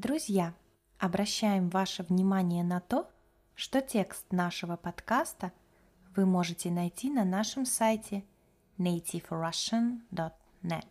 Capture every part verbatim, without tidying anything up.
Друзья, обращаем ваше внимание на то, что текст нашего подкаста вы можете найти на нашем сайте нейтив рассиан точка нет.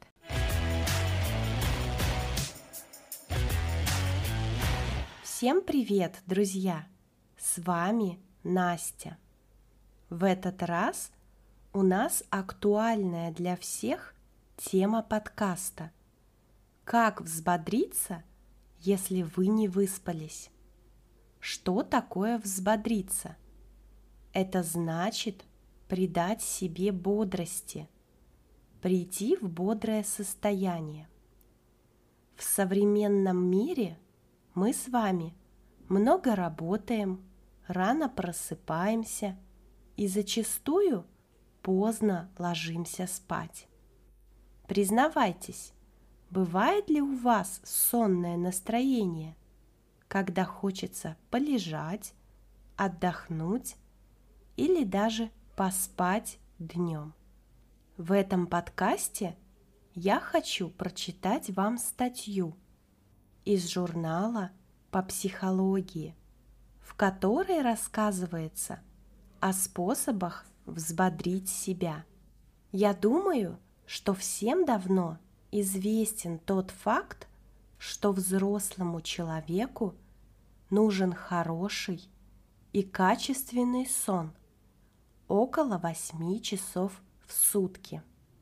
Всем привет, друзья! С вами Настя. В этот раз у нас актуальная для всех тема подкаста «Как взбодриться, если вы не выспались?» Что такое взбодриться? Это значит придать себе бодрости, прийти в бодрое состояние. В современном мире мы с вами много работаем, рано просыпаемся и зачастую поздно ложимся спать. Признавайтесь, бывает ли у вас сонное настроение, когда хочется полежать, отдохнуть или даже поспать днем? В этом подкасте я хочу прочитать вам статью из журнала по психологии, в которой рассказывается о способах взбодрить себя. Я думаю, что всем давно известен тот факт, что взрослому человеку нужен хороший и качественный сон около восьми часов в сутки.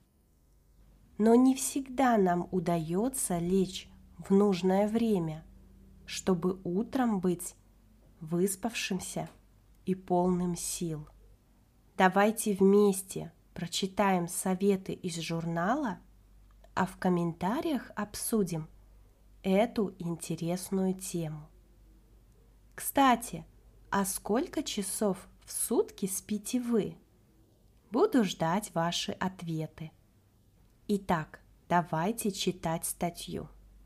Но не всегда нам удается лечь в нужное время, чтобы утром быть выспавшимся и полным сил. Давайте вместе прочитаем советы из журнала, а в комментариях обсудим эту интересную тему. Кстати, а сколько часов в сутки спите вы? Буду ждать ваши ответы. Итак, давайте читать статью.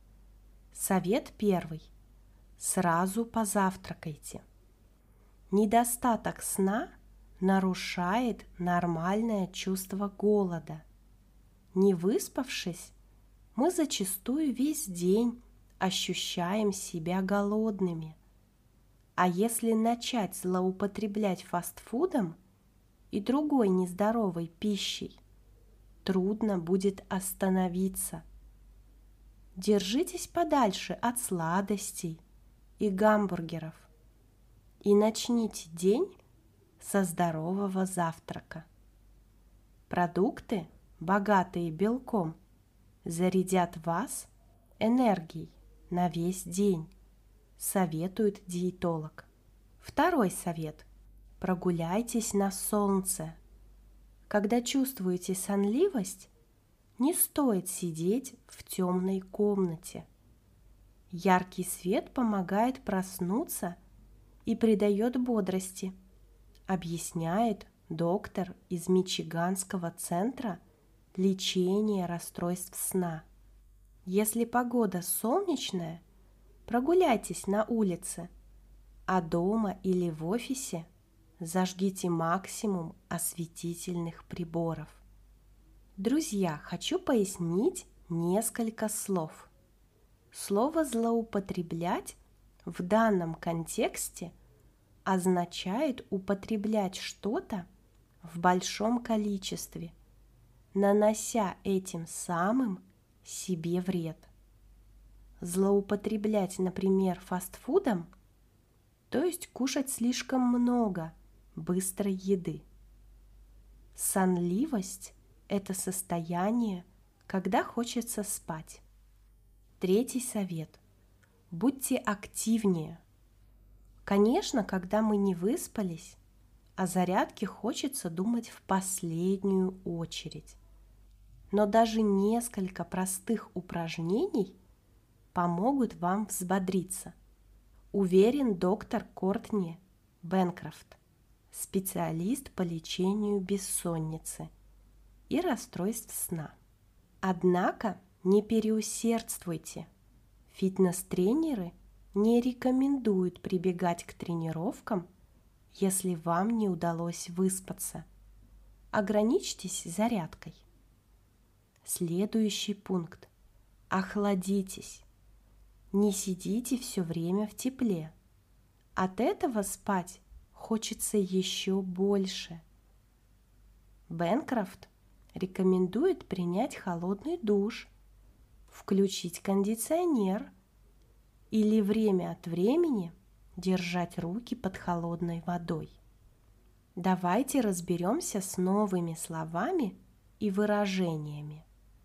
Совет первый. Сразу позавтракайте. Недостаток сна нарушает нормальное чувство голода. Не выспавшись, мы зачастую весь день ощущаем себя голодными. А если начать злоупотреблять фастфудом и другой нездоровой пищей, трудно будет остановиться. Держитесь подальше от сладостей и гамбургеров и начните день со здорового завтрака. Продукты, богатые белком, зарядят вас энергией на весь день, советует диетолог. Второй совет. Прогуляйтесь на солнце. Когда чувствуете сонливость, не стоит сидеть в темной комнате. Яркий свет помогает проснуться и придает бодрости, объясняет доктор из Мичиганского центра лечения расстройств сна. Если погода солнечная, прогуляйтесь на улице, а дома или в офисе зажгите максимум осветительных приборов. Друзья, хочу пояснить несколько слов. Слово «злоупотреблять» в данном контексте означает употреблять что-то в большом количестве, нанося этим самым себе вред. Злоупотреблять, например, фастфудом, то есть кушать слишком много быстрой еды. Сонливость – это состояние, когда хочется спать. Третий совет. Будьте активнее. Конечно, когда мы не выспались, о зарядке хочется думать в последнюю очередь. Но даже несколько простых упражнений помогут вам взбодриться. Уверен доктор Кортни Бенкрофт, специалист по лечению бессонницы и расстройств сна. Однако не переусердствуйте. Фитнес-тренеры не рекомендуют прибегать к тренировкам, если вам не удалось выспаться. Ограничьтесь зарядкой. Следующий пункт. Охладитесь. Не сидите все время в тепле. От этого спать хочется еще больше. Бэнкрофт рекомендует принять холодный душ, включить кондиционер или время от времени держать руки под холодной водой. Давайте разберемся с новыми словами и выражениями.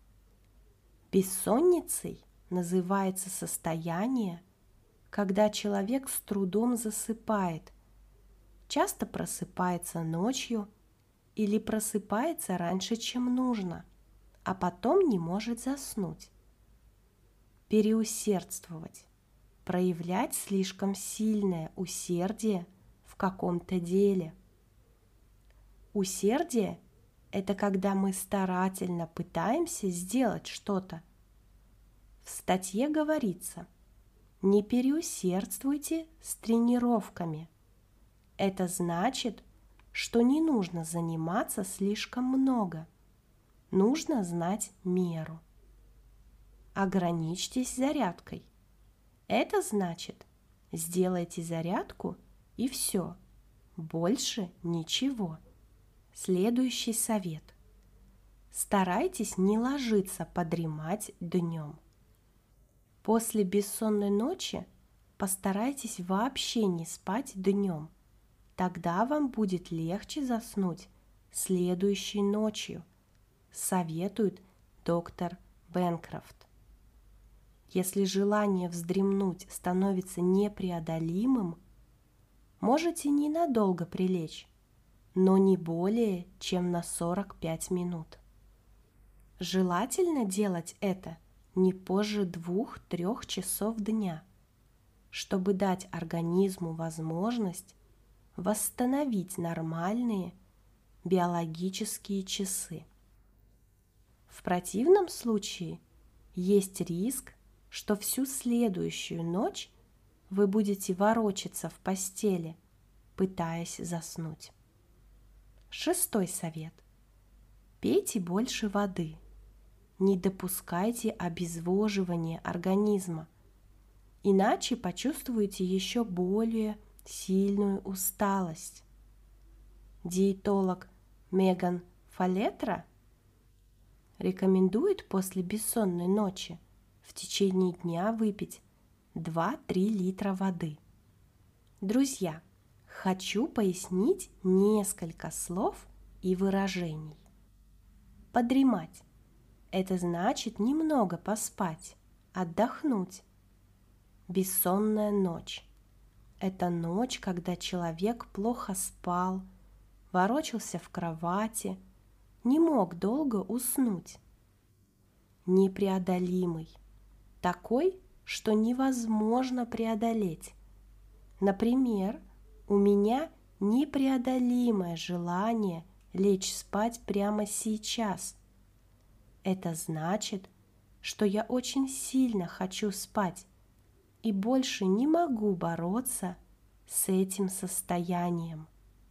Бессонницей называется состояние, когда человек с трудом засыпает, часто просыпается ночью или просыпается раньше, чем нужно, а потом не может заснуть. Переусердствовать – проявлять слишком сильное усердие в каком-то деле. Усердие – это когда мы старательно пытаемся сделать что-то. В статье говорится: не переусердствуйте с тренировками. Это значит, что не нужно заниматься слишком много. Нужно знать меру. Ограничьтесь зарядкой. Это значит, сделайте зарядку и все. Больше ничего. Следующий совет. Старайтесь не ложиться подремать днем. После бессонной ночи постарайтесь вообще не спать днем. Тогда вам будет легче заснуть следующей ночью, советует доктор Бэнкрофт. Если желание вздремнуть становится непреодолимым, можете ненадолго прилечь, но не более чем на сорок пять минут. Желательно делать это не позже двух-трех часов дня, чтобы дать организму возможность восстановить нормальные биологические часы. В противном случае есть риск, что всю следующую ночь вы будете ворочаться в постели, пытаясь заснуть. Шестой совет. Пейте больше воды. Не допускайте обезвоживания организма, иначе почувствуете еще более сильную усталость. Диетолог Меган Фалетра рекомендует после бессонной ночи в течение дня выпить два-три литра воды. Друзья, хочу пояснить несколько слов и выражений. Подремать – это значит немного поспать, отдохнуть. Бессонная ночь – это ночь, когда человек плохо спал, ворочался в кровати, не мог долго уснуть. Непреодолимый – такой, что невозможно преодолеть. Например, у меня непреодолимое желание лечь спать прямо сейчас. Это значит, что я очень сильно хочу спать и больше не могу бороться с этим состоянием.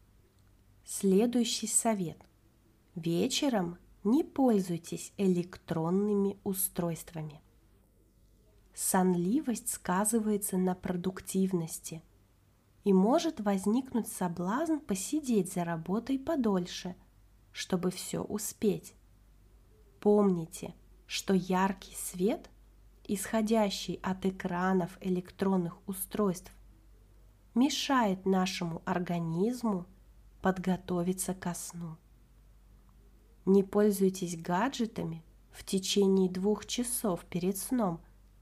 Следующий совет. Вечером не пользуйтесь электронными устройствами. Сонливость сказывается на продуктивности, и может возникнуть соблазн посидеть за работой подольше, чтобы все успеть. Помните, что яркий свет, исходящий от экранов электронных устройств, мешает нашему организму подготовиться ко сну. Не пользуйтесь гаджетами в течение двух часов перед сном,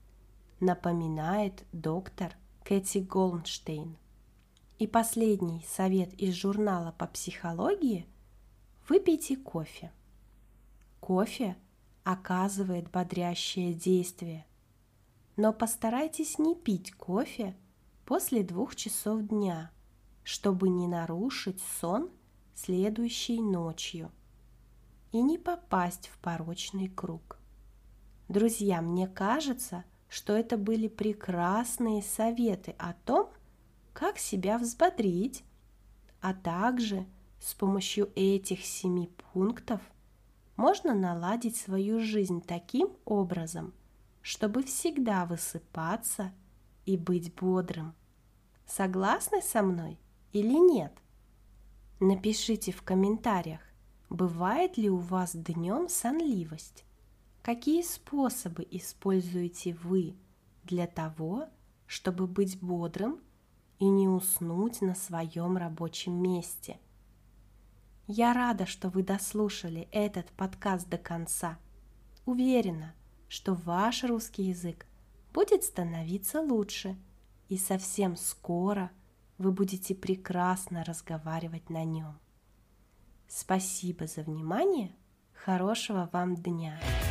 напоминает доктор Кэти Голдштейн. И последний совет из журнала по психологии – выпейте кофе. Кофе оказывает бодрящее действие, но постарайтесь не пить кофе после двух часов дня, чтобы не нарушить сон следующей ночью и не попасть в порочный круг. Друзья, мне кажется, что это были прекрасные советы о том, как себя взбодрить, а также с помощью этих семи пунктов можно наладить свою жизнь таким образом, чтобы всегда высыпаться и быть бодрым. Согласны со мной или нет? Напишите в комментариях, бывает ли у вас днем сонливость? Какие способы используете вы для того, чтобы быть бодрым и не уснуть на своем рабочем месте? Я рада, что вы дослушали этот подкаст до конца. Уверена, что ваш русский язык будет становиться лучше, и совсем скоро вы будете прекрасно разговаривать на нем. Спасибо за внимание, хорошего вам дня!